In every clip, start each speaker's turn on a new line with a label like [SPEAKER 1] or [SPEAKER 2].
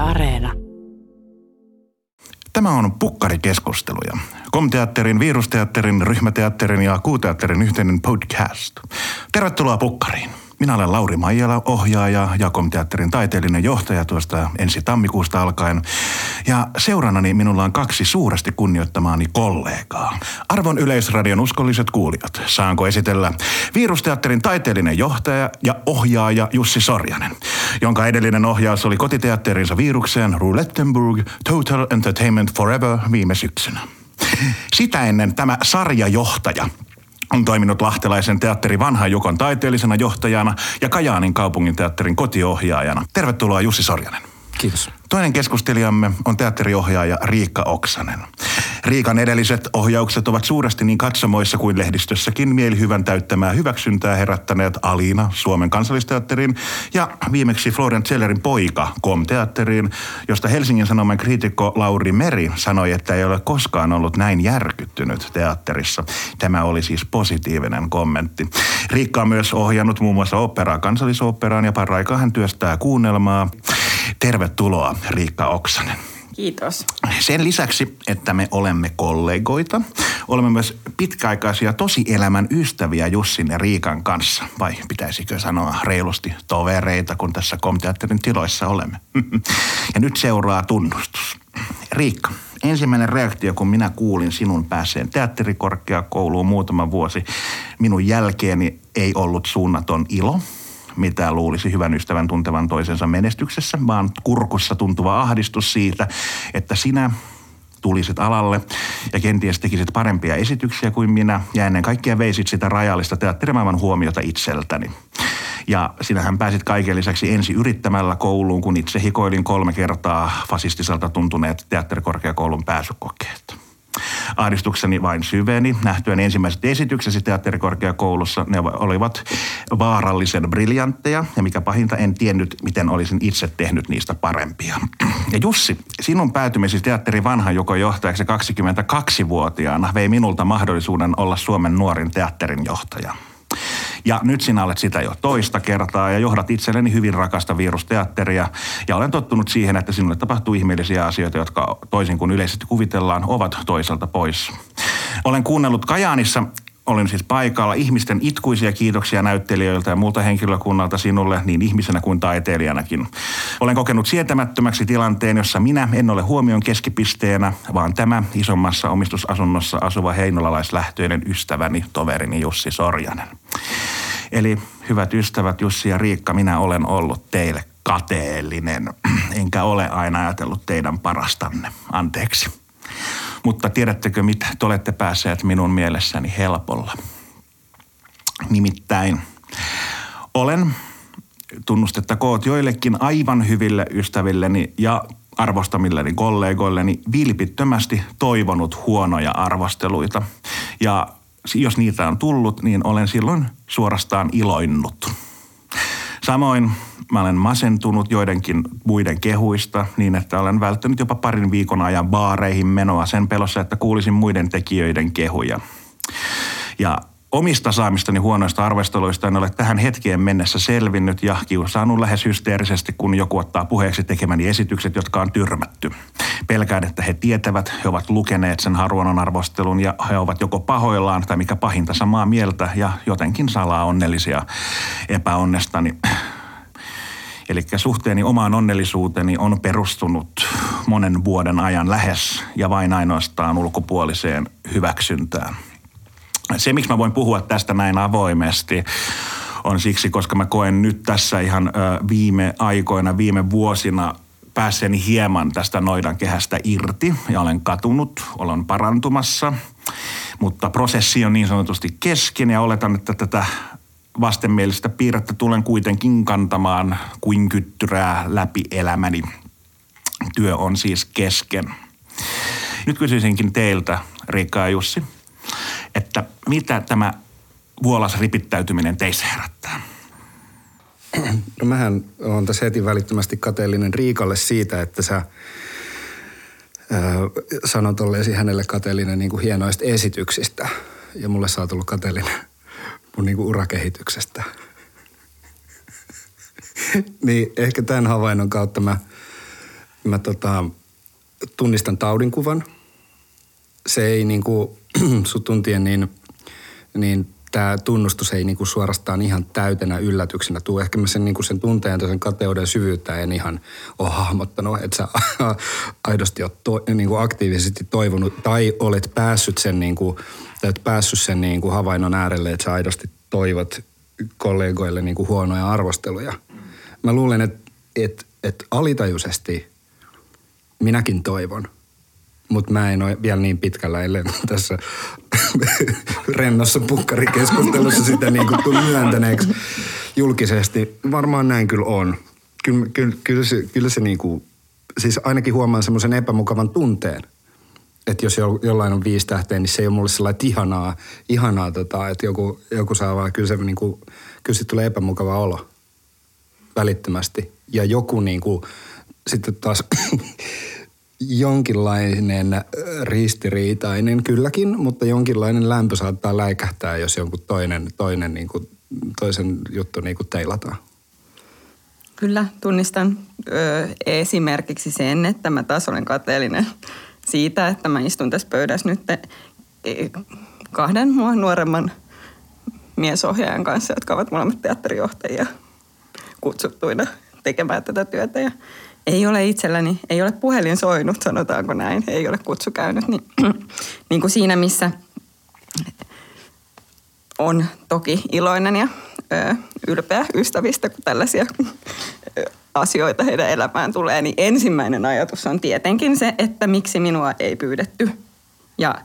[SPEAKER 1] Areena.
[SPEAKER 2] Tämä on Pukkarikeskusteluja. Komteatterin, Virusteatterin, Ryhmäteatterin ja Kuuteatterin yhteinen podcast. Tervetuloa Pukkariin. Minä olen Lauri Maijala, ohjaaja ja Komteatterin taiteellinen johtaja tuosta ensi tammikuusta alkaen. Ja seurannani minulla on kaksi suuresti kunnioittamaani kollegaa. Arvon Yleisradion uskolliset kuulijat, saanko esitellä Virusteatterin taiteellinen johtaja ja ohjaaja Jussi Sorjanen, jonka edellinen ohjaus oli kotiteatterinsa Virukseen Roulettenburg Total Entertainment Forever viime syksynä. Sitä ennen tämä sarjajohtaja on toiminut lahtelaisen teatteri Vanhan Jukon taiteellisena johtajana ja Kajaanin kaupunginteatterin kotiohjaajana. Tervetuloa Jussi Sorjanen.
[SPEAKER 3] Kiitos.
[SPEAKER 2] Toinen keskustelijamme on teatteriohjaaja Riikka Oksanen. Riikan edelliset ohjaukset ovat suuresti niin katsomoissa kuin lehdistössäkin mielihyvän täyttämää hyväksyntää herättäneet Alina Suomen Kansallisteatteriin ja viimeksi Florian Zellerin Poika Komteatteriin, josta Helsingin Sanoman kriitikko Lauri Meri sanoi, että ei ole koskaan ollut näin järkyttynyt teatterissa. Tämä oli siis positiivinen kommentti. Riikka on myös ohjannut muun muassa oopperaa Kansallisoopperaan ja paraikaa hän työstää kuunnelmaa. Tervetuloa Riikka Oksanen.
[SPEAKER 4] Kiitos.
[SPEAKER 2] Sen lisäksi, että me olemme kollegoita, olemme myös pitkäaikaisia tosielämän ystäviä Jussin ja Riikan kanssa. Vai pitäisikö sanoa reilusti tovereita, kun tässä Komteatterin tiloissa olemme. Ja nyt seuraa tunnustus. Riikka, ensimmäinen reaktio, kun minä kuulin sinun päässeen teatterikorkeakouluun muutama vuosi minun jälkeeni, ei ollut suunnaton ilo, mitä luulisi hyvän ystävän tuntevan toisensa menestyksessä, vaan kurkussa tuntuva ahdistus siitä, että sinä tulisit alalle ja kenties tekisit parempia esityksiä kuin minä ja ennen kaikkea veisit sitä rajallista teatterimaailman huomiota itseltäni. Ja sinähän pääsit kaiken lisäksi ensi yrittämällä kouluun, kun itse hikoilin 3 kertaa fasistiselta tuntuneet teatterikorkeakoulun pääsykokeet. Ahdistukseni vain syveni. Nähtyen ensimmäiset esityksesi teatterikorkeakoulussa, ne olivat vaarallisen briljantteja. Ja mikä pahinta, en tiennyt, miten olisin itse tehnyt niistä parempia. Ja Jussi, sinun päätymisesi teatteri Vanhan Jukon johtajaksi 22-vuotiaana vei minulta mahdollisuuden olla Suomen nuorin teatterin johtaja. Ja nyt sinä olet sitä jo toista kertaa ja johdat itselleni hyvin rakasta Virusteatteria. Ja olen tottunut siihen, että sinulle tapahtuu ihmeellisiä asioita, jotka toisin kuin yleisesti kuvitellaan, ovat toiselta pois. Olen kuunnellut Kajaanissa, olin siis paikalla, ihmisten itkuisia kiitoksia näyttelijöiltä ja muulta henkilökunnalta sinulle niin ihmisenä kuin taiteilijanakin. Olen kokenut sietämättömäksi tilanteen, jossa minä en ole huomion keskipisteenä, vaan tämä isommassa omistusasunnossa asuva heinolalaislähtöinen ystäväni, toverini Jussi Sorjanen. Eli hyvät ystävät Jussi ja Riikka, minä olen ollut teille kateellinen, enkä ole aina ajatellut teidän parastanne. Anteeksi. Mutta tiedättekö mitä, te olette päässeet minun mielessäni helpolla. Nimittäin olen, tunnustettakoon joillekin aivan hyville ystävilleni ja arvostamilleni kollegoilleni vilpittömästi toivonut huonoja arvosteluita. Ja jos niitä on tullut, niin olen silloin suorastaan iloinnut. Samoin mä olen masentunut joidenkin muiden kehuista niin, että olen välttänyt jopa 2 viikon ajan baareihin menoa sen pelossa, että kuulisin muiden tekijöiden kehuja. Ja omista saamistani huonoista arvosteluista en ole tähän hetkeen mennessä selvinnyt ja kiusaannut lähes hysteerisesti, kun joku ottaa puheeksi tekemäni esitykset, jotka on tyrmätty. Pelkään, että he tietävät, he ovat lukeneet sen huonon arvostelun ja he ovat joko pahoillaan tai mikä pahinta samaa mieltä ja jotenkin salaa onnellisia epäonnestani. Eli suhteeni omaan onnellisuuteni on perustunut monen vuoden ajan lähes ja vain ainoastaan ulkopuoliseen hyväksyntään. Se, miksi mä voin puhua tästä näin avoimesti, on siksi, koska mä koen nyt tässä ihan viime aikoina, viime vuosina päässeeni hieman tästä noidankehästä irti ja olen katunut, olen parantumassa, mutta prosessi on niin sanotusti kesken ja oletan, että tätä vastenmielistä piirrettä tulen kuitenkin kantamaan kuin kyttyrää läpi elämäni. Työ on siis kesken. Nyt kysyisinkin teiltä, Riikka ja Jussi, että mitä tämä vuolas ripittäytyminen teissä herättää?
[SPEAKER 3] No mähän olen tässä heti välittömästi kateellinen Riikalle siitä, että sä sanot olleesi hänelle kateellinen niin kuin hienoista esityksistä. Ja mulle sä oot ollut kateellinen mun niin kuin urakehityksestä. Niin ehkä tämän havainnon kautta mä mä tunnistan taudinkuvan. Se ei niinku, sut tuntien, niin tämä tunnustus ei niinku suorastaan ihan täytenä yllätyksenä tule. Ehkä mä sen, niinku sen tunteen tai sen kateuden syvyyttä en ihan ole hahmottanut, että sä aidosti oot niinku aktiivisesti toivonut tai olet päässyt sen, niinku havainnon äärelle, että sä aidosti toivot kollegoille niinku huonoja arvosteluja. Mä luulen, että alitajuisesti minäkin toivon. Mutta mä en ole vielä niin pitkällä, ellei tässä rennossa pukkarikeskustelussa sitä niin kuin tuli myöntäneeksi julkisesti. Varmaan näin kyllä on. Kyllä se niin kuin, siis ainakin huomaan semmoisen epämukavan tunteen. Että jos jollain on 5 tähteä, niin se ei ole mulle sellainen ihanaa että joku saa vaan, kyllä se tulee epämukava olo välittömästi. Ja joku niin kuin, sitten taas jonkinlainen ristiriitainen kylläkin, mutta jonkinlainen lämpö saattaa läikähtää, jos jonkun toinen niin kuin, toisen juttu niin kuin teilataan.
[SPEAKER 1] Kyllä, tunnistan esimerkiksi sen, että mä taas olen kateellinen siitä, että mä istun tässä pöydässä nyt 2 mua nuoremman miesohjaajan kanssa, jotka ovat molemmat teatterijohtajia kutsuttuina tekemään tätä työtä. Ja ei ole itselläni, ei ole puhelin soinut, sanotaanko näin, ei ole kutsu käynyt. Niin kuin siinä, missä on toki iloinen ja ylpeä ystävistä, kun tällaisia asioita heidän elämään tulee, niin ensimmäinen ajatus on tietenkin se, että miksi minua ei pyydetty. Ja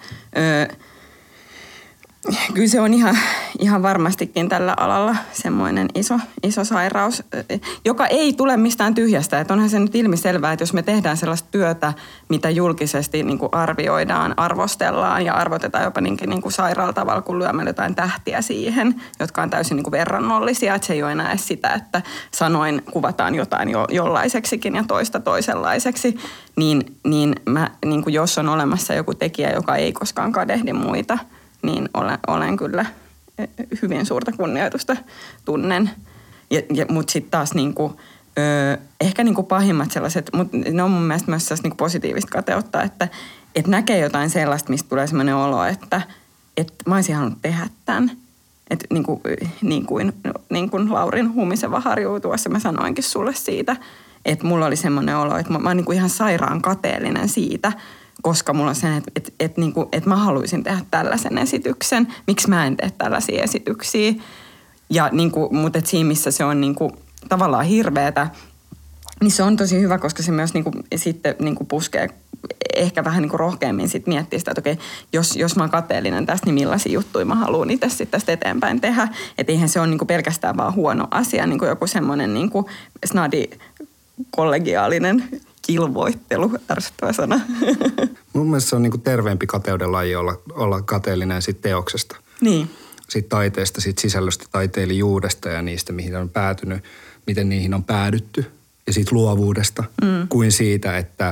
[SPEAKER 1] kyllä se on ihan varmastikin tällä alalla semmoinen iso sairaus, joka ei tule mistään tyhjästä. Että onhan se nyt ilmiselvää, että jos me tehdään sellaista työtä, mitä julkisesti niin kuin arvioidaan, arvostellaan ja arvotetaan jopa niin kuin sairaalla tavalla, kun lyömme jotain tähtiä siihen, jotka on täysin niin kuin verrannollisia. Että se ei ole enää sitä, että sanoin kuvataan jotain jollaiseksikin ja toista toisenlaiseksi. Niin mä, niin kuin jos on olemassa joku tekijä, joka ei koskaan kadehdi muita, niin olen kyllä hyvin suurta kunnioitusta tunnen. Mutta sitten taas niinku, ehkä niinku pahimmat sellaiset, mutta ne on mun mielestä myös sellaista niinku positiivista kateutta, että näkee jotain sellaista, mistä tulee sellainen olo, että mä olisin halunnut tehdä tämän. Että niin kuin Laurin Humiseva Harju tuossa mä sanoinkin sulle siitä, että mulla oli semmoinen olo, että mä oon niinku ihan sairaan kateellinen siitä, koska mulla on se, että mä haluaisin tehdä tällaisen esityksen. Miksi mä en tee tällaisia esityksiä? Ja mutta siinä, missä se on tavallaan hirveätä, niin se on tosi hyvä, koska se myös sitten puskee ehkä vähän rohkeammin sit miettiä sitä, että okei, jos mä oon kateellinen tästä, niin millaisia juttuja mä haluan itse sitten tästä eteenpäin tehdä. Että eihän se ole pelkästään vaan huono asia, joku semmoinen snadi kollegiaalinen kilvoittelu, ärsyttävä sana.
[SPEAKER 3] Mun mielestä se on terveempi kateuden laji olla kateellinen siitä teoksesta.
[SPEAKER 1] Niin.
[SPEAKER 3] Siitä taiteesta, siitä sisällöstä, taiteilijuudesta ja niistä, mihin on päätynyt, miten niihin on päädytty. Ja siitä luovuudesta, kuin siitä, että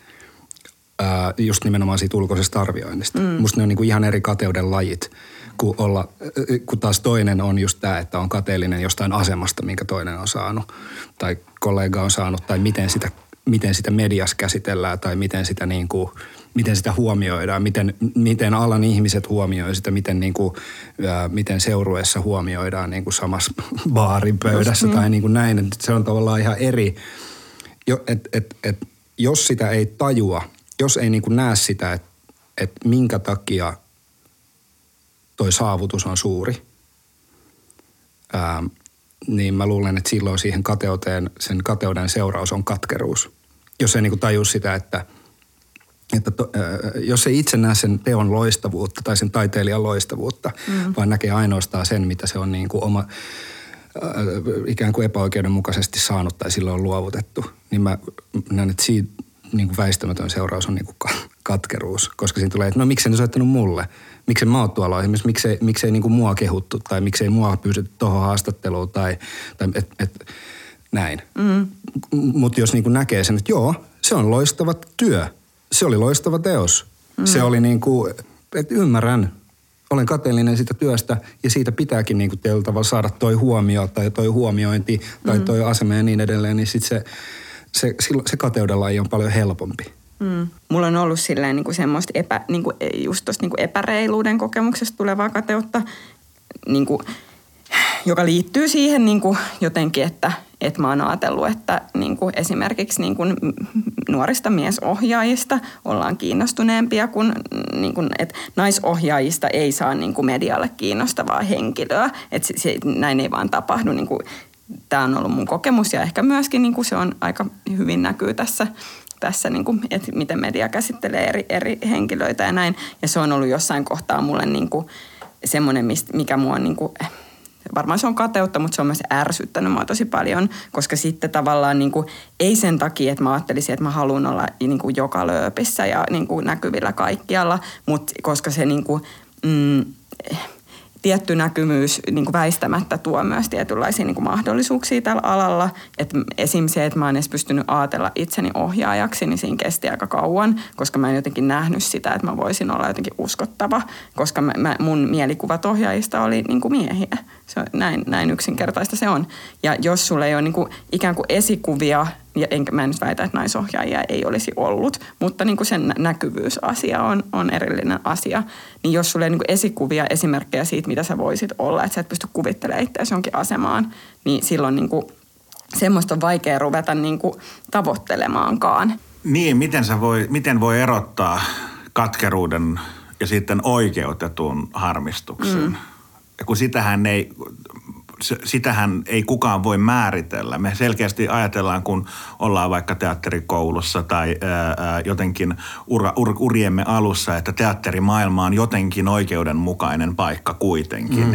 [SPEAKER 3] just nimenomaan siitä ulkoisesta arvioinnista. Musta ne on ihan eri kateuden lajit, kun taas toinen on just tämä, että on kateellinen jostain asemasta, minkä toinen on saanut. Tai kollega on saanut, tai miten sitä mediassa käsitellään tai miten sitä huomioidaan, miten alan ihmiset huomioi sitä, miten seurueessa huomioidaan samassa baaripöydässä tai näin. Et se on tavallaan ihan eri, jos sitä ei tajua, jos ei näe sitä, että minkä takia toi saavutus on suuri, niin mä luulen, että silloin siihen kateuteen, sen kateuden seuraus on katkeruus. Jos ei tajua sitä, että jos ei itse näe sen teon loistavuutta tai sen taiteilijan loistavuutta, vaan näkee ainoastaan sen, mitä se on oma ikään kuin epäoikeudenmukaisesti saanut tai silloin on luovutettu, niin mä näen, että siitä väistämätön seuraus on katkeruus. Koska siinä tulee, että no miksi en soittanut mulle? Miksi mä oon tuolla ohjelmassa? Miksei mua kehuttu tai miksei mua pyydetty tuohon haastatteluun tai näin. Mutta jos näkee sen, että joo, se on loistava työ. Se oli loistava teos. Se oli että ymmärrän. Olen kateellinen siitä työstä ja siitä pitääkin tietyllä tavalla saada toi huomio tai toi huomiointi tai toi asema ja niin edelleen. Niin sit se kateudenlaji on paljon helpompi.
[SPEAKER 1] Mulla on ollut silleen niin kuin semmoista just tosta niin kuin epäreiluuden kokemuksesta tulevaa kateutta, niin kuin, joka liittyy siihen niin kuin jotenkin, että mä oon ajatellut, että niin kuin esimerkiksi niin kuin nuorista miesohjaajista ollaan kiinnostuneempia kuin, että naisohjaajista ei saa niin kuin medialle kiinnostavaa henkilöä. Että näin ei vaan tapahdu. Niin kuin, tämä on ollut mun kokemus ja ehkä myöskin niin kuin se on aika hyvin näkyy tässä niin kuin, että miten media käsittelee eri henkilöitä ja näin. Ja se on ollut jossain kohtaa mulle niin kuin semmoinen, mikä mua on niin kuin, varmaan se on kateutta, mutta se on myös ärsyttänyt mua tosi paljon, koska sitten tavallaan niin kuin, ei sen takia, että mä ajattelisin, että mä haluan olla niin kuin joka lööpissä ja niin kuin näkyvillä kaikkialla, mutta koska se niin kuin, tietty näkyvyys niin kuin väistämättä tuo myös tietynlaisia niin kuin mahdollisuuksia tällä alalla. Että esim. Se, että mä oon edes pystynyt ajatella itseni ohjaajaksi, niin siinä kesti aika kauan, koska mä en jotenkin nähnyt sitä, että mä voisin olla jotenkin uskottava, koska mun mielikuvat ohjaajista oli niin kuin miehiä. Se on, näin yksinkertaista se on. Ja jos sulla ei ole niin kuin ikään kuin esikuvia, ja mä en nyt väitä, että naisohjaajia ei olisi ollut, mutta niin kuin sen näkyvyysasia on erillinen asia. Niin jos sulla ei niin kuin esikuvia, esimerkkejä siitä, mitä sä voisit olla, että sä et pysty kuvittelemaan itseäsi jonkin asemaan, niin silloin niin kuin semmoista on vaikea ruveta niin kuin tavoittelemaankaan.
[SPEAKER 2] Niin, miten voi erottaa katkeruuden ja sitten oikeutetun harmistuksen? Ja kun sitähän ei kukaan voi määritellä. Me selkeästi ajatellaan, kun ollaan vaikka teatterikoulussa tai jotenkin uriemme alussa, että teatterimaailma on jotenkin oikeudenmukainen paikka kuitenkin.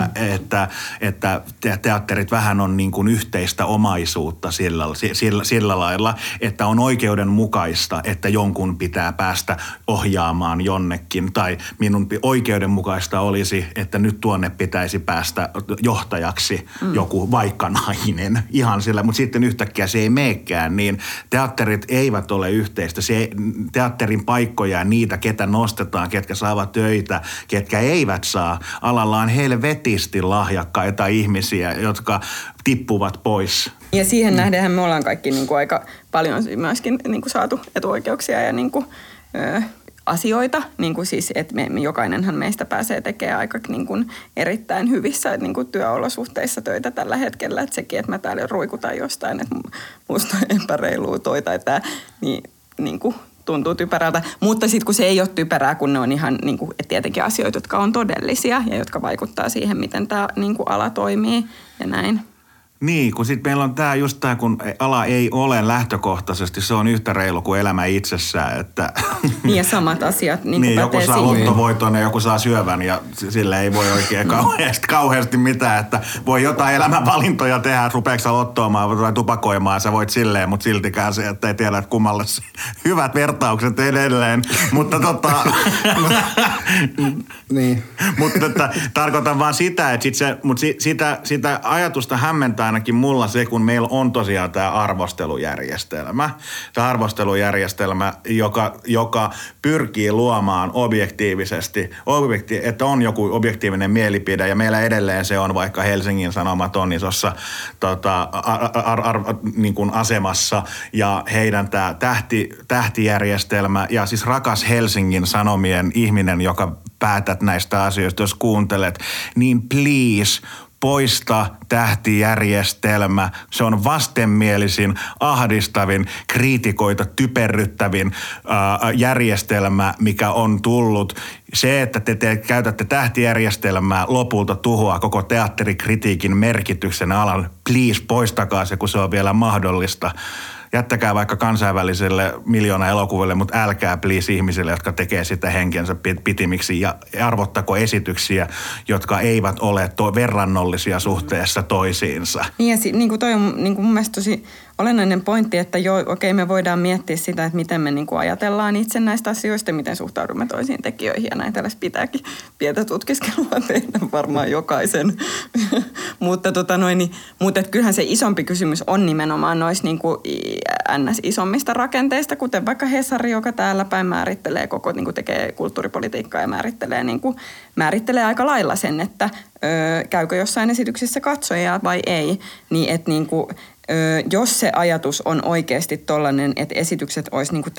[SPEAKER 2] Että teatterit vähän on niin kuin yhteistä omaisuutta sillä lailla, että on oikeudenmukaista, että jonkun pitää päästä ohjaamaan jonnekin. Tai minun oikeudenmukaista olisi, että nyt tuonne pitäisi päästä johtajaksi joku vaikka nainen ihan sillä, mutta sitten yhtäkkiä se ei meekään, niin teatterit eivät ole yhteistä. Teatterin paikkoja ja niitä, ketä nostetaan, ketkä saavat töitä, ketkä eivät saa. Alalla on helvetisti lahjakkaita ihmisiä, jotka tippuvat pois.
[SPEAKER 1] Ja siihen nähdenhän me ollaan kaikki niin kuin aika paljon myöskin niin kuin saatu etuoikeuksia ja niin kuin, asioita, niin kuin siis, että jokainenhan meistä pääsee tekemään aika niin kuin erittäin hyvissä niin kuin työolosuhteissa töitä tällä hetkellä, että sekin, että mä täällä ruikutan jostain, että musta on epäreilua toi tai tämä, niin kuin tuntuu typerältä. Mutta sitten kun se ei ole typerää, kun ne on ihan niin kuin, tietenkin asioita, jotka on todellisia ja jotka vaikuttaa siihen, miten tämä niin kuin ala toimii ja näin.
[SPEAKER 2] Niin, kun sitten meillä on tämä, kun ala ei ole lähtökohtaisesti, se on yhtä reilu kuin elämä itsessään, että
[SPEAKER 1] niin ja samat asiat niin
[SPEAKER 2] niin,
[SPEAKER 1] pätee
[SPEAKER 2] joku saa lottovoiton ja joku saa syövän ja sille ei voi oikein kauheasti mitään, että voi jotain elämänvalintoja tehdä, rupeeko sä lottoamaan tai tupakoimaan, sä voit silleen, mutta siltikään se, että ei tiedä, että kummalle hyvät vertaukset edelleen, mutta
[SPEAKER 3] niin.
[SPEAKER 2] Mutta tarkoitan vaan sitä, että sitä ajatusta hämmentää ainakin mulla se, kun meillä on tosiaan tämä arvostelujärjestelmä. Tämä arvostelujärjestelmä, joka pyrkii luomaan objektiivisesti, että on joku objektiivinen mielipide ja meillä edelleen se on, vaikka Helsingin Sanomat on isossa niin kuin asemassa ja heidän tämä tähtijärjestelmä ja siis rakas Helsingin Sanomien ihminen, joka päätät näistä asioista, jos kuuntelet, niin please poista tähtijärjestelmä. Se on vastenmielisin, ahdistavin, kriitikoita typerryttävin järjestelmä, mikä on tullut. Se, että te käytätte tähtijärjestelmää, lopulta tuhoaa koko teatterikritiikin merkityksen alan. Please, poistakaa se, kun se on vielä mahdollista. Jättäkää vaikka kansainväliselle miljoona elokuville, mutta älkää please ihmisille, jotka tekee sitä henkensä pitimiksi ja arvottako esityksiä, jotka eivät ole verrannollisia suhteessa toisiinsa.
[SPEAKER 1] Niin ja niin kuin toi on niin kuin mun mielestä tosi olennainen pointti, että me voidaan miettiä sitä, että miten me niin kuin ajatellaan itse näistä asioista, miten suhtaudumme toisiin tekijöihin ja näin tällaista pitääkin pientä tutkiskelua tehdä varmaan jokaisen. mutta kyllähän se isompi kysymys on nimenomaan noissa niin kuin isommista rakenteista, kuten vaikka Hesari, joka täällä päin määrittelee niin kuin tekee kulttuuripolitiikkaa ja määrittelee aika lailla sen, että käykö jossain esityksessä katsojaa vai ei, niin että niin kuin jos se ajatus on oikeasti tollainen, että esitykset olisi niin kuin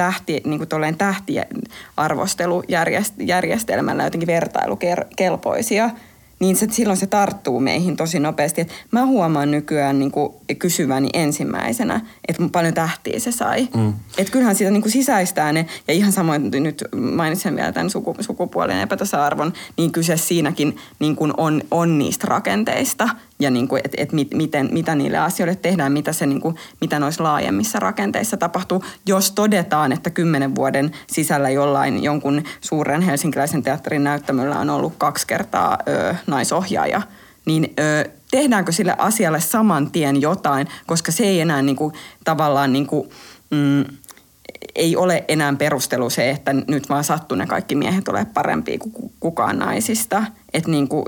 [SPEAKER 1] tähtiarvostelujärjestelmällä jotenkin vertailukelpoisia, niin silloin se tarttuu meihin tosi nopeasti. Et mä huomaan nykyään niin kuin kysyväni ensimmäisenä, että paljon tähtiä se sai. Että kyllähän siitä niin kuin sisäistää ne, ja ihan samoin nyt mainitsen vielä tämän sukupuolen epätasa-arvon, niin kyse siinäkin niin kuin on niistä rakenteista, ja niin kuin, mitä niille asioille tehdään, mitä noissa laajemmissa rakenteissa tapahtuu. Jos todetaan, että 10 vuoden sisällä jonkun suuren helsinkiläisen teatterin näyttämöllä on ollut 2 kertaa naisohjaaja, niin tehdäänkö sille asialle saman tien jotain, koska se ei enää niin kuin, tavallaan niin kuin, ei ole enää perustelu se, että nyt vaan sattuu ne kaikki miehet ole parempia kuin kukaan naisista. Että niinku,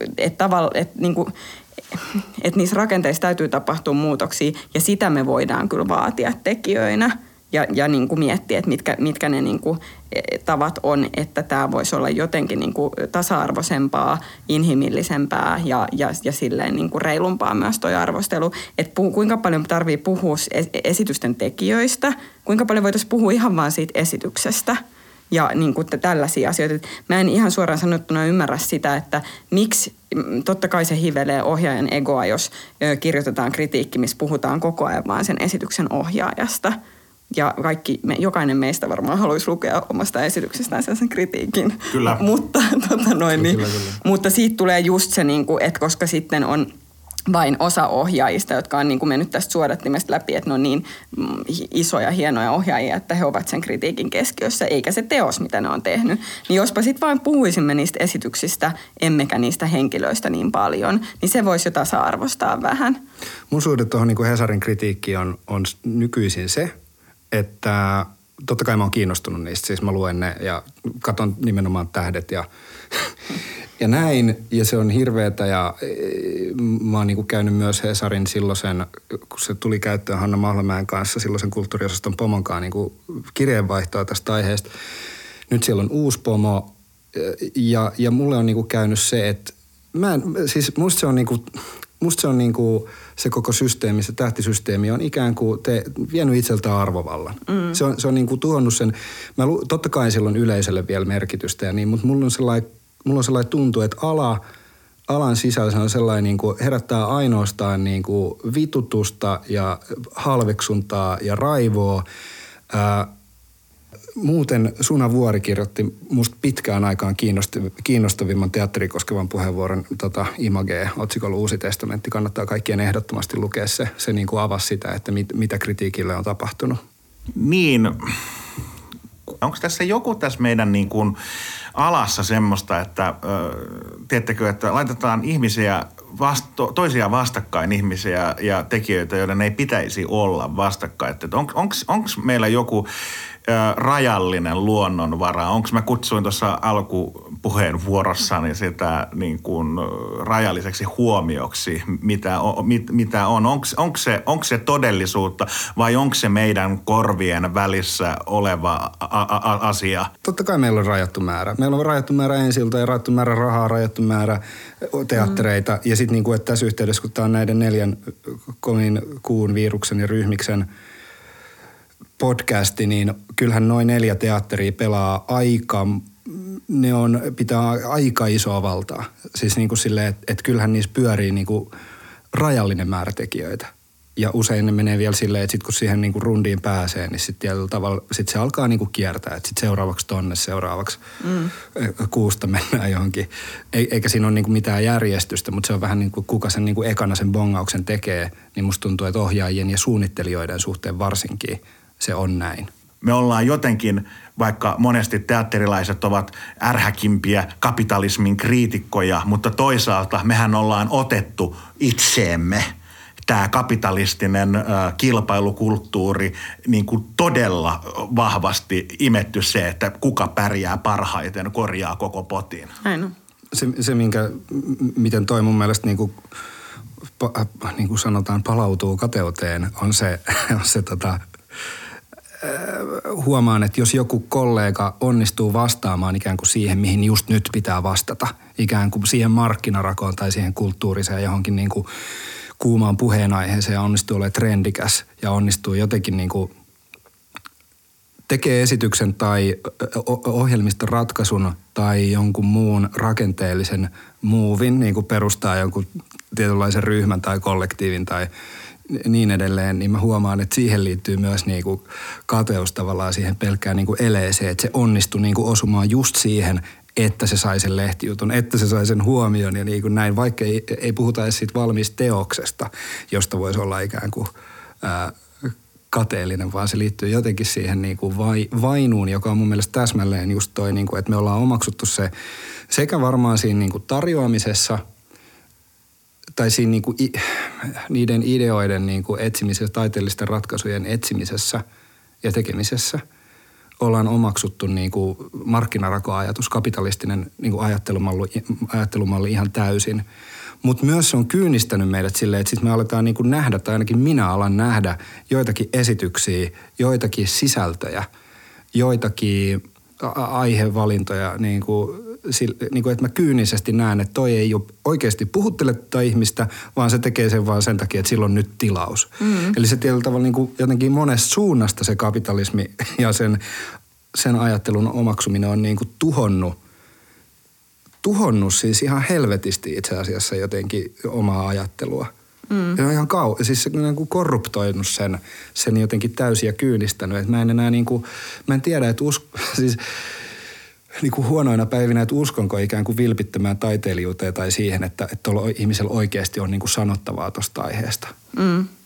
[SPEAKER 1] niissä rakenteissa täytyy tapahtua muutoksia ja sitä me voidaan kyllä vaatia tekijöinä ja niinku miettiä, että mitkä ne niinku tavat on, että tämä voisi olla jotenkin niinku tasa-arvoisempaa, inhimillisempää ja silleen niinku reilumpaa myös toi arvostelu. Että kuinka paljon tarvii puhua esitysten tekijöistä, kuinka paljon voitaisiin puhua ihan vaan siitä esityksestä. Ja niin kuin tällaisia asioita. Mä en ihan suoraan sanottuna ymmärrä sitä, että miksi, totta kai se hivelee ohjaajan egoa, jos kirjoitetaan kritiikki, missä puhutaan koko ajan vaan sen esityksen ohjaajasta. Ja jokainen meistä varmaan haluaisi lukea omasta esityksestään sen kritiikin.
[SPEAKER 2] Kyllä.
[SPEAKER 1] Mutta siitä tulee just se, että koska sitten on vain osa ohjaajista, jotka on niin kuin mennyt tästä suodattimesta läpi, että ne on niin isoja, hienoja ohjaajia, että he ovat sen kritiikin keskiössä, eikä se teos, mitä ne on tehnyt. Niin jospa sitten vain puhuisimme niistä esityksistä, emmekä niistä henkilöistä niin paljon, niin se voisi jo tasa-arvostaa vähän.
[SPEAKER 3] Mun suhde tuohon niin kuin Hesarin kritiikkiin on nykyisin se, että totta kai mä oon kiinnostunut niistä, siis mä luen ne ja katson nimenomaan tähdet ja näin, ja se on hirveetä, ja mä oon niinku käynyt myös Hesarin silloisen, kun se tuli käyttöön Hanna Mahlamäen kanssa, silloisen kulttuuriosaston pomonkaan niinku kirjeenvaihtoa tästä aiheesta. Nyt siellä on uusi pomo, ja mulle on niinku käynyt se, että musta se on niinku se koko systeemi, se tähtisysteemi on ikään kuin vienyt itseltään arvovallan. Se on niinku tuonut sen, totta kai sillä on yleisölle vielä merkitystä ja niin, mutta mulla on sellainen tuntu, että alan sisällä se on sellainen niin kuin herättää ainoastaan niin kuin vitutusta ja halveksuntaa ja raivoa. Muuten Suna Vuori kirjoitti musta pitkään aikaan kiinnostavimman teatteria koskevan puheenvuoron Imagee otsikolla Uusi testamentti. Kannattaa kaikkien ehdottomasti lukea se. Se niin kuin avasi sitä, että mitä kritiikille on tapahtunut.
[SPEAKER 2] Niin, onko tässä joku tässä meidän niin kuin alassa semmoista, että tiedättekö, että laitetaan ihmisiä toisiaan vastakkain ihmisiä ja tekijöitä, joiden ei pitäisi olla vastakkain. Onko meillä joku rajallinen luonnonvara? Mä kutsuin tuossa alkupuheenvuorossani sitä niin kuin rajalliseksi huomioksi, mitä on. Onko se todellisuutta vai onko se meidän korvien välissä oleva asia?
[SPEAKER 3] Totta kai meillä on rajattu määrä. Meillä on rajattu määrä ensiltä ja rajattu määrä rahaa, rajattu määrä teattereita. Ja sitten niin että tässä yhteydessä, kun tämä on näiden 4 kovin kuun, viruksen ja ryhmiksen podcasti, niin kyllähän noin 4 teatteria pelaa pitää aika isoa valtaa. Siis niin kuin silleen, että kyllähän niissä pyörii niin kuin rajallinen määrä tekijöitä. Ja usein ne menee vielä silleen, että sitten kun siihen niin kuin rundiin pääsee, niin sitten se alkaa niin kuin kiertää. Että sitten seuraavaksi tonne, seuraavaksi kuusta mennään johonkin. Eikä siinä ole niin kuin mitään järjestystä, mutta se on vähän niin kuin kuka sen niin kuin ekana sen bongauksen tekee, niin musta tuntuu, että ohjaajien ja suunnittelijoiden suhteen varsinkin se on näin.
[SPEAKER 2] Me ollaan jotenkin, vaikka monesti teatterilaiset ovat ärhäkimpiä kapitalismin kriitikkoja, mutta toisaalta mehän ollaan otettu itseemme tämä kapitalistinen kilpailukulttuuri niin kuin todella vahvasti imetty se, että kuka pärjää parhaiten, korjaa koko potin.
[SPEAKER 1] Näin on.
[SPEAKER 3] Se miten toi mun mielestä niin kuin sanotaan palautuu kateuteen, on se huomaan, että jos joku kollega onnistuu vastaamaan ikään kuin siihen, mihin just nyt pitää vastata, ikään kuin siihen markkinarakoon tai siihen kulttuuriseen johonkin niin kuin kuumaan puheenaiheeseen ja onnistuu olemaan trendikäs ja onnistuu jotenkin niin kuin tekee esityksen tai ohjelmiston ratkaisun tai jonkun muun rakenteellisen muuvin, niin kuin perustaa jonkun tietynlaisen ryhmän tai kollektiivin tai niin edelleen, niin mä huomaan, että siihen liittyy myös niin kuin kateus tavallaan siihen pelkkään niin kuin eleeseen, että se onnistui niin kuin osumaan just siihen, että se sai sen lehtijutun, että se sai sen huomion ja niin kuin näin, vaikka ei puhuta edes siitä valmiista teoksesta, josta voisi olla ikään kuin kateellinen, vaan se liittyy jotenkin siihen niin kuin vainuun, joka on mun mielestä täsmälleen just toi, niin kuin, että me ollaan omaksuttu se sekä varmaan siinä niin kuin tarjoamisessa tai siinä niin kuin niiden ideoiden niin kuin etsimisessä, taiteellisten ratkaisujen etsimisessä ja tekemisessä ollaan omaksuttu niin kuin markkinarako-ajatus, kapitalistinen niin kuin ajattelumalli ihan täysin. Mutta myös se on kyynistänyt meidät silleen, että sitten me aletaan niin kuin nähdä, tai ainakin minä alan nähdä joitakin esityksiä, joitakin sisältöjä, joitakin aihevalintoja, niin kuin, että mä kyynisesti näen, että toi ei ole oikeasti puhuttele tätä ihmistä, vaan se tekee sen vaan sen takia, että sillä on nyt tilaus. Eli se tietyllä tavalla niin kuin jotenkin monesta suunnasta se kapitalismi ja sen ajattelun omaksuminen on niin kuin tuhonnut siis ihan helvetisti itse asiassa jotenkin omaa ajattelua. Ja on ihan siis se niin kuin korruptoinut sen jotenkin täysin ja kyynistänyt. Että mä en enää niin kuin, mä en tiedä, että siis niin kuin huonoina päivinä, että uskonko ikään kuin vilpittömään taiteilijuuteen tai siihen, että tuolla ihmisellä oikeasti on niin kuin sanottavaa tuosta aiheesta.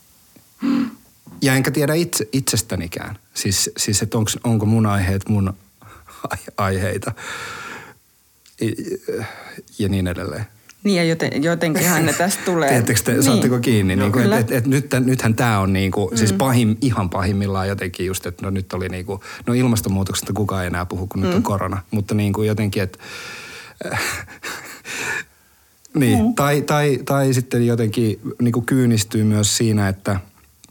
[SPEAKER 3] Ja enkä tiedä itsestänikään. Siis että onko mun aiheet mun aiheita ja niin edelleen.
[SPEAKER 1] Niin ja jotenkinhan ne tästä tulee.
[SPEAKER 3] Tiedättekö te, saatteko kiinni? No, niin nythän tämä on niinku, siis ihan pahimmillaan jotenkin just, että no nyt oli niinku, no ilmastonmuutoksesta kukaan ei enää puhu, kun nyt on korona. Mutta niinku jotenkin, että niin, tai sitten jotenkin niinku kyynistyy myös siinä, että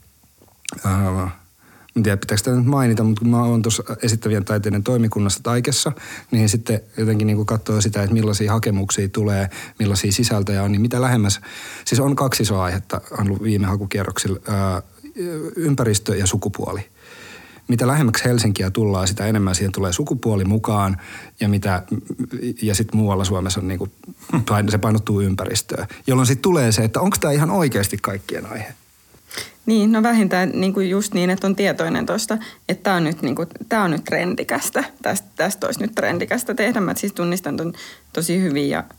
[SPEAKER 3] en tiedä, pitääkö sitä nyt mainita, mutta kun mä oon tuossa esittävien taiteiden toimikunnassa Taikessa, niin sitten jotenkin niin kuin katsoo sitä, että millaisia hakemuksia tulee, millaisia sisältöjä on, niin mitä lähemmäs. Siis on 2 isoa aihetta ollut viime hakukierroksilla, ympäristö ja sukupuoli. Mitä lähemmäksi Helsinkiä tullaan, sitä enemmän siihen tulee sukupuoli mukaan ja sitten muualla Suomessa on niin kuin, se painottuu ympäristöön, jolloin sitten tulee se, että onko tämä ihan oikeasti kaikkien aihe.
[SPEAKER 1] Niin, no vähintään niin kuin just niin, että on tietoinen tuosta, että tämä on nyt trendikästä. Tästä olisi nyt trendikästä tehdä. Mä siis tunnistan ton tosi hyvin ja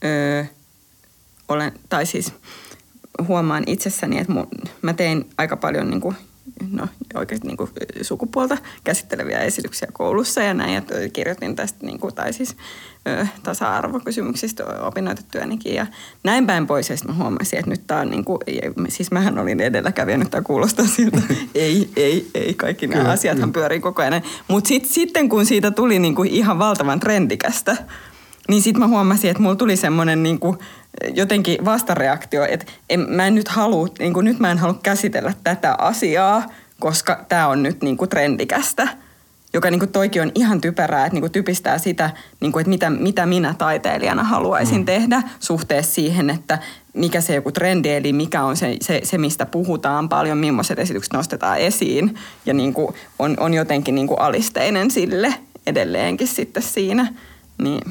[SPEAKER 1] huomaan itsessäni, että mä tein aika paljon niin kuin, oikeasti niin kuin sukupuolta käsitteleviä esityksiä koulussa ja näin. Ja kirjoitin tästä tasa-arvokysymyksistä opinnoitetyönikin ja näin päin pois. Ja sitten mä huomasin, että nyt tää on niin kuin, siis mähän olin edelläkävijä, nyt tää kuulostaa siltä. ei, kaikki nämä asiathan pyörii koko ajan. Mutta sitten kun siitä tuli niin kuin ihan valtavan trendikästä, niin sitten mä huomasin, että mulla tuli semmoinen niin kuin jotenkin vastareaktio, että nyt mä en halua käsitellä tätä asiaa, koska tämä on nyt niin kuin trendikästä. Joka niin kuin toikin on ihan typerää, että niin kuin typistää sitä, niin kuin, että mitä minä taiteilijana haluaisin tehdä suhteessa siihen, että mikä se joku trendi, eli mikä on se mistä puhutaan paljon, millaiset esitykset nostetaan esiin. Ja niin kuin on jotenkin niin kuin alisteinen sille edelleenkin sitten siinä. Niin.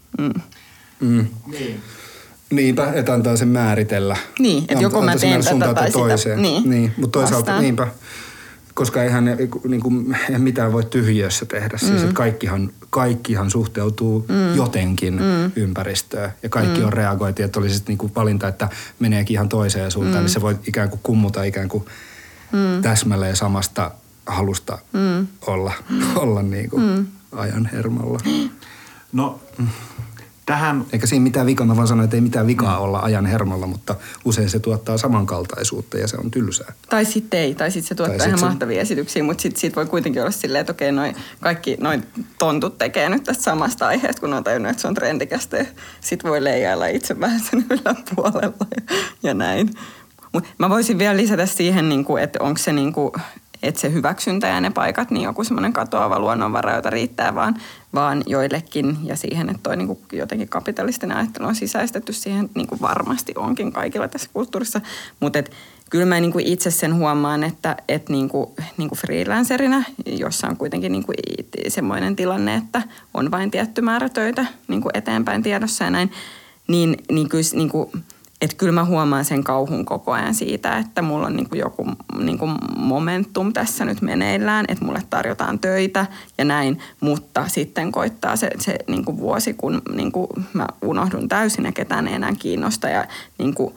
[SPEAKER 3] Niinpä, että antaa sen määritellä.
[SPEAKER 1] Niin, että joko mä teen tätä tai sitä.
[SPEAKER 3] Niin, mutta toisaalta niinpä. Koska eihän mitään voi tyhjiössä tehdä. Siis, että kaikkihan suhteutuu jotenkin ympäristöön. Ja kaikki on reagoitu. Että oli sitten niinku valinta, että meneekin ihan toiseen suuntaan. Niin se voi ikään kuin kummuta ikään kuin täsmälleen samasta halusta olla niinku ajan hermolla.
[SPEAKER 2] No tähän...
[SPEAKER 3] Eikä siinä mitään vikaa, mä vaan sanoin, että ei mitään vikaa olla ajan hermolla, mutta usein se tuottaa samankaltaisuutta ja se on tylsää.
[SPEAKER 1] Tai sitten ei, tai sitten se tuottaa ihan mahtavia esityksiä, mutta sitten voi kuitenkin olla silleen, että okei, kaikki noi tontut tekee nyt tästä samasta aiheesta, kun on tajunnut, että se on trendikästä ja sitten voi leijailla itse vähän sen yläpuolella ja näin. Mutta mä voisin vielä lisätä siihen, että onko se se hyväksyntä ja ne paikat, niin joku semmoinen katoava luonnonvara, jota riittää vaan joillekin. Ja siihen, että toi niin kuin jotenkin kapitalistinen ajattelu on sisäistetty siihen, niin kuin varmasti onkin kaikilla tässä kulttuurissa. Mutta kyllä mä niin kuin itse sen huomaan, että niin kuin freelancerina, jossa on kuitenkin niin kuin semmoinen tilanne, että on vain tietty määrä töitä niin kuin eteenpäin tiedossa ja näin, niin kyllä niin kuin, että kyllä mä huomaan sen kauhun koko ajan siitä, että mulla on niin kuin joku niin kuin momentum tässä nyt meneillään, että mulle tarjotaan töitä ja näin, mutta sitten koittaa se niin kuin vuosi, kun niin kuin mä unohdun täysin ja ketään ei enää kiinnosta ja niin kuin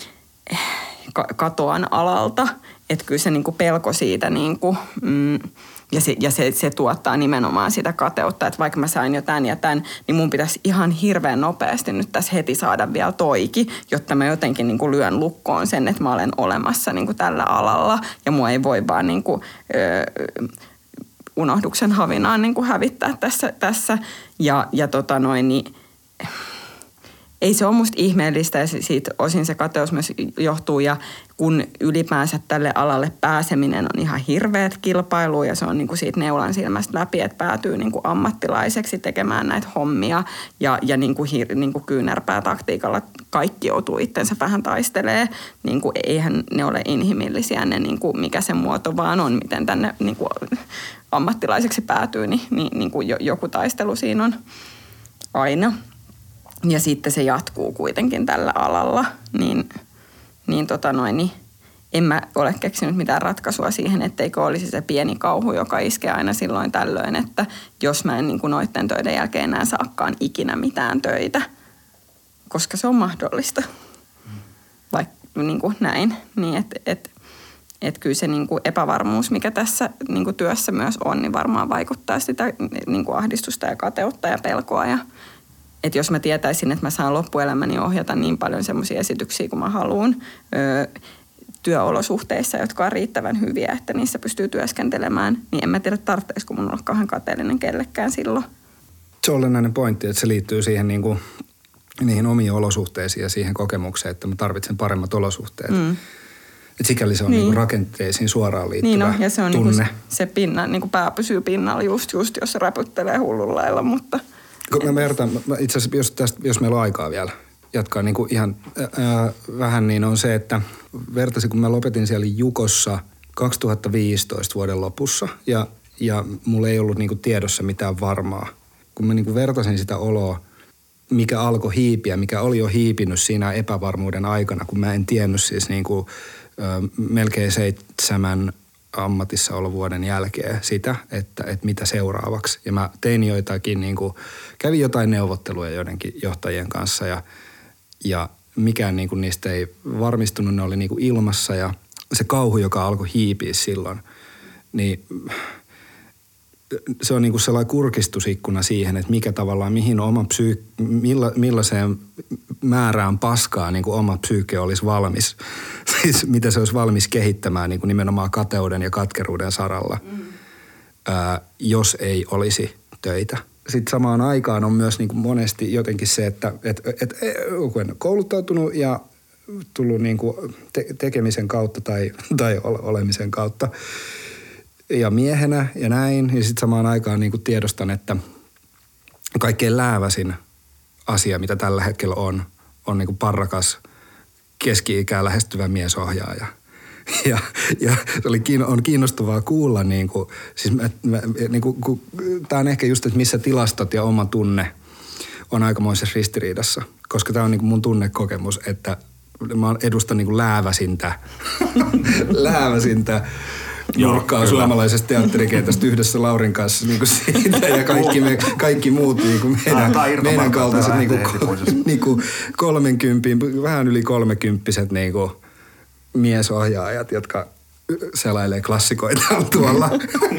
[SPEAKER 1] katoan alalta. Että kyllä se niin kuin pelko siitä niin kuin, ja se tuottaa nimenomaan sitä kateutta, että vaikka mä sain jo tämän ja tämän, niin mun pitäisi ihan hirveän nopeasti nyt tässä heti saada vielä toiki, jotta mä jotenkin niin kuin lyön lukkoon sen, että mä olen olemassa niin kuin tällä alalla ja mua ei voi vaan niin kuin, unohduksen havinaan niin kuin hävittää tässä. Ja niin ei se ole musta ihmeellistä ja siitä osin se kateus myös johtuu ja kun ylipäänsä tälle alalle pääseminen on ihan hirveät kilpailu ja se on niin kuin siitä neulan silmästä läpi, että päätyy niin kuin ammattilaiseksi tekemään näitä hommia ja niin kuin kyynärpäätaktiikalla kaikki joutuu itsensä vähän taistelee. Niin kuin eihän ne ole inhimillisiä ne niin kuin mikä se muoto vaan on, miten tänne niin kuin ammattilaiseksi päätyy, niin kuin joku taistelu siinä on aina. Ja sitten se jatkuu kuitenkin tällä alalla, niin en mä ole keksinyt mitään ratkaisua siihen, etteikö olisi se pieni kauhu, joka iskee aina silloin tällöin, että jos mä en niin kuin noitten töiden jälkeen enää saakaan ikinä mitään töitä, koska se on mahdollista, vaikka niin kuin näin, niin että kyllä se niin kuin epävarmuus, mikä tässä niin kuin työssä myös on, niin varmaan vaikuttaa sitä niin kuin ahdistusta ja kateutta ja pelkoa ja että jos mä tietäisin, että mä saan loppuelämäni ohjata niin paljon semmoisia esityksiä kuin mä haluan työolosuhteissa, jotka on riittävän hyviä, että niissä pystyy työskentelemään, niin en mä tiedä tarvitseeko mun olla kauhean kateellinen kellekään silloin.
[SPEAKER 3] Se on olennainen pointti, että se liittyy siihen niin kuin, niihin omiin olosuhteisiin ja siihen kokemukseen, että mä tarvitsen paremmat olosuhteet. Että sikäli se on niin kuin rakenteisiin suoraan liittyvä
[SPEAKER 1] niin ja se on
[SPEAKER 3] tunne.
[SPEAKER 1] Niin kuin se pinna, niin kuin pää pysyy pinnalla just jos se räpyttelee hullun lailla, mutta
[SPEAKER 3] mä vertaan, itse asiassa jos meillä on aikaa vielä jatkaa niin kuin ihan vähän, niin on se, että vertaisin, kun mä lopetin siellä Jukossa 2015 vuoden lopussa ja mulla ei ollut niin kuin tiedossa mitään varmaa. Kun mä niin kuin vertasin sitä oloa, mikä alkoi hiipiä, mikä oli jo hiipinyt siinä epävarmuuden aikana, kun mä en tiennyt siis niin kuin, melkein 7 ammatissaolovuoden jälkeen sitä, että mitä seuraavaksi. Ja mä tein joitakin, niin kuin, kävin jotain neuvotteluja joidenkin johtajien kanssa ja mikään niin kuin niistä ei varmistunut, ne oli niin kuin ilmassa ja se kauhu, joka alkoi hiipiä silloin, niin se on niin kuin sellainen kurkistusikkuna siihen, että mikä tavallaan, mihin oma millaiseen määrään paskaa niin kuin oma psyyke olisi valmis. Siis mitä se olisi valmis kehittämään niin kuin nimenomaan kateuden ja katkeruuden saralla, jos ei olisi töitä. Sitten samaan aikaan on myös niin kuin monesti jotenkin se, että kun on kouluttautunut ja tullut niin kuin tekemisen kautta tai olemisen kautta, ja miehenä ja näin, ja sitten samaan aikaan niin kuin tiedostan, että kaikkein lääväsin asia, mitä tällä hetkellä on niin kuin parrakas keski-ikää lähestyvä miesohjaaja. Ja on kiinnostavaa kuulla, niin kuin, siis niin kuin, tämä on ehkä just, että missä tilastot ja oma tunne on aikamoisessa ristiriidassa, koska tämä on niin kuin mun tunnekokemus, että mä edustan niin kuin lääväsintä nurkkaa suomalaisesta teatterikentästä yhdessä Laurin kanssa niin kuin siitä ja kaikki muut niin kuin meidän kaltaiset niin kuin 30, vähän yli 30-vuotiaat niin kuin miesohjaajat, jotka selailee klassikoita tuolla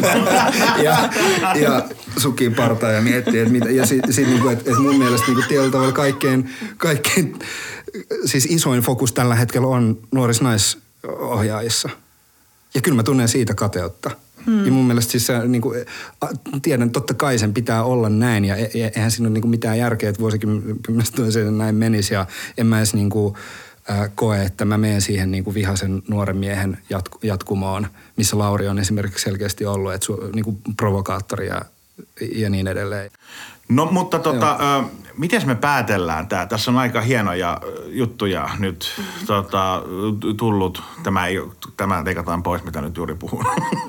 [SPEAKER 3] ja sukii partaa ja miettii, että mitä. Ja niin että mun mielestä niin tietyllä tavalla kaikkein siis isoin fokus tällä hetkellä on nuorissa naisohjaajissa. Ja kyllä mä tunnen siitä kateutta. Ja mun mielestä siis niin kuin, tiedän, totta kai sen pitää olla näin ja eihän siinä ole niin kuin mitään järkeä, että vuosikymmenestä se näin menisi ja en mä edes niin kuin, koe, että mä menen siihen niin kuin vihaisen nuoren miehen jatkumoon, missä Lauri on esimerkiksi selkeästi ollut, että niin kuin provokaattori ja niin edelleen.
[SPEAKER 2] No mutta miten me päätellään tämä? Tässä on aika hienoja juttuja nyt tullut. Tämä leikataan pois, mitä nyt juuri puhun.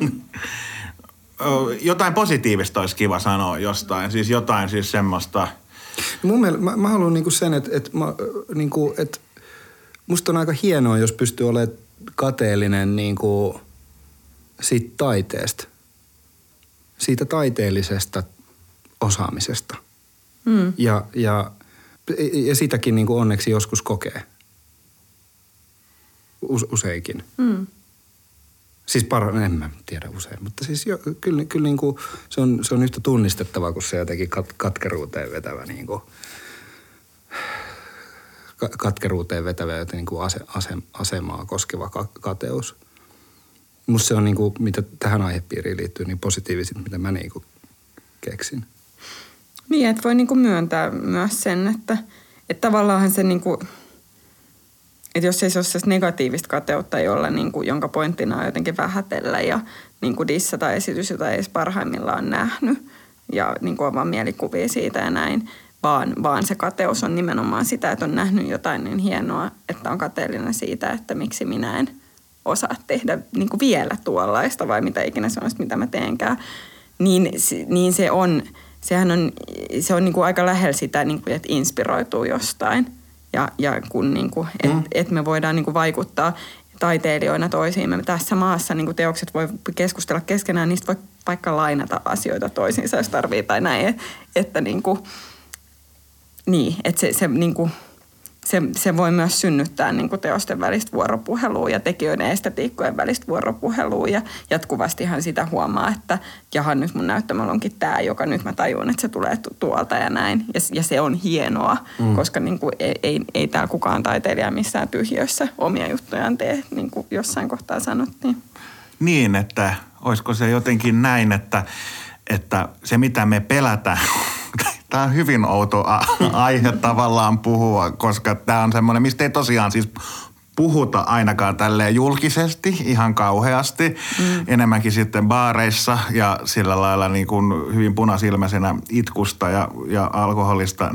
[SPEAKER 2] Jotain positiivista olisi kiva sanoa jostain, siis jotain siis semmoista.
[SPEAKER 3] Mun mielestä mä haluan niinku sen, että musta on aika hienoa, jos pystyy olemaan kateellinen niinku siitä taiteesta, siitä taiteellisesta osaamisesta. Ja sitäkin niinku onneksi joskus kokee. Useinkin. Siis en mä tiedä usein, mutta siis kyllä niinku se on yhtä tunnistettavaa kuin se jotenkin katkeruuteen vetävä niinku niinku asemaa koskeva kateus. Musta se on niinku, mitä tähän aihepiiriin liittyy, niin positiivisin, mitä mä niinku keksin.
[SPEAKER 1] Niin, että voi niinku myöntää myös sen, että tavallaan se niinku, että jos ei se ole negatiivista kateutta, jonka pointtina on jotenkin vähätellä ja niinku dissata esitys, jota ei edes parhaimmillaan nähnyt ja niinku on vaan mielikuvia siitä ja näin, vaan se kateus on nimenomaan sitä, että on nähnyt jotain niin hienoa, että on kateellinen siitä, että miksi minä en osaa tehdä niinku vielä tuollaista vai mitä ikinä se on, mitä mä teenkään. Niin se on niinku aika lähellä sitä, niinku, että inspiroituu jostain. Ja kun niinku, et me voidaan niinku vaikuttaa taiteilijoina toisiimme tässä maassa, niinku teokset voi keskustella keskenään, niistä voi vaikka lainata asioita toisiinsa, jos tarvii tai näin. Että niinku, niin, että se voi myös synnyttää niinku teosten välistä vuoropuhelua ja tekijöiden estetiikkojen välistä vuoropuhelua. Ja jatkuvastihan sitä huomaa, että jahan nyt mun näyttämällä onkin tämä, joka nyt mä tajun, että se tulee tuolta ja näin. Ja se on hienoa, koska niinku ei täällä kukaan taiteilija missään tyhjössä omia juttujaan tee, niin kuin jossain kohtaa sanottiin.
[SPEAKER 2] Niin, että olisiko se jotenkin näin, että se mitä me pelätään, tämä on hyvin outo aihe tavallaan puhua, koska tämä on semmoinen, mistä ei tosiaan siis puhuta ainakaan tälleen julkisesti ihan kauheasti. Enemmänkin sitten baareissa ja sillä lailla niin kuin hyvin punasilmäisenä itkusta ja alkoholista.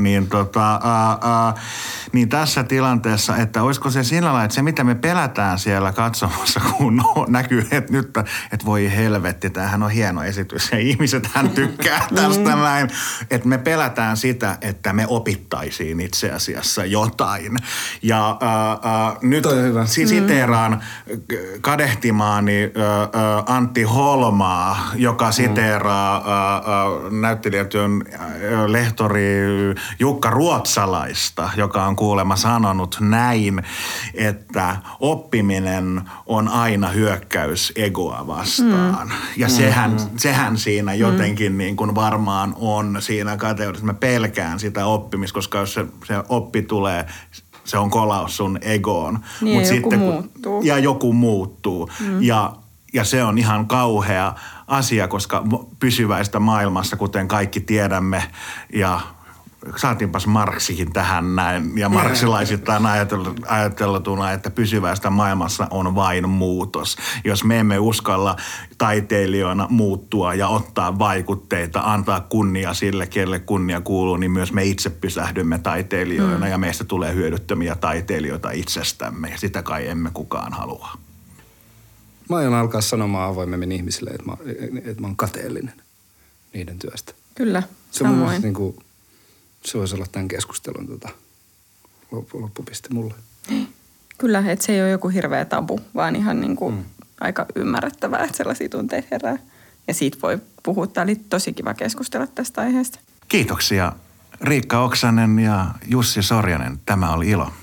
[SPEAKER 2] Niin tässä tilanteessa, että olisiko se sillä lailla, että se mitä me pelätään siellä katsomassa, kun näkyy, että nyt, että voi helvetti, tämähän on hieno esitys ja ihmisethän tykkää tästä näin. Että me pelätään sitä, että me opittaisiin itse asiassa jotain. Ja nyt siteeraan kadehtimaani Antti Holmaa, joka siteeraa näyttelijätyön lehtori Jukka Ruotsalaista, joka on kuulemma sanonut näin, että oppiminen on aina hyökkäys egoa vastaan. Ja sehän siinä jotenkin niin kuin varmaan on siinä kateudessa. Mä pelkään sitä oppimista, koska jos se oppi tulee, se on kolaus sun egoon.
[SPEAKER 1] Niin, ja joku muuttuu.
[SPEAKER 2] Ja joku muuttuu. Ja se on ihan kauhea asia, koska pysyväistä maailmassa, kuten kaikki tiedämme, ja saatiinpas Marksikin tähän näin, ja marksilaisittain ajateltuna, että pysyväistä maailmassa on vain muutos. Jos me emme uskalla taiteilijoina muuttua ja ottaa vaikutteita, antaa kunnia sille, kelle kunnia kuuluu, niin myös me itse pysähdymme taiteilijoina ja meistä tulee hyödyttömiä taiteilijoita itsestämme, ja sitä kai emme kukaan halua.
[SPEAKER 3] Mä aion alkaa sanomaan avoimemmin ihmisille, että mä oon kateellinen niiden työstä.
[SPEAKER 1] Kyllä,
[SPEAKER 3] samoin. Se voisi olla tämän keskustelun loppupiste mulle.
[SPEAKER 1] Kyllä, että se ei ole joku hirveä tabu, vaan ihan niin kuin aika ymmärrettävää, että sellaisia tunteita herää. Ja siitä voi puhua. Tämä oli tosi kiva keskustella tästä aiheesta.
[SPEAKER 2] Kiitoksia Riikka Oksanen ja Jussi Sorjanen. Tämä oli ilo.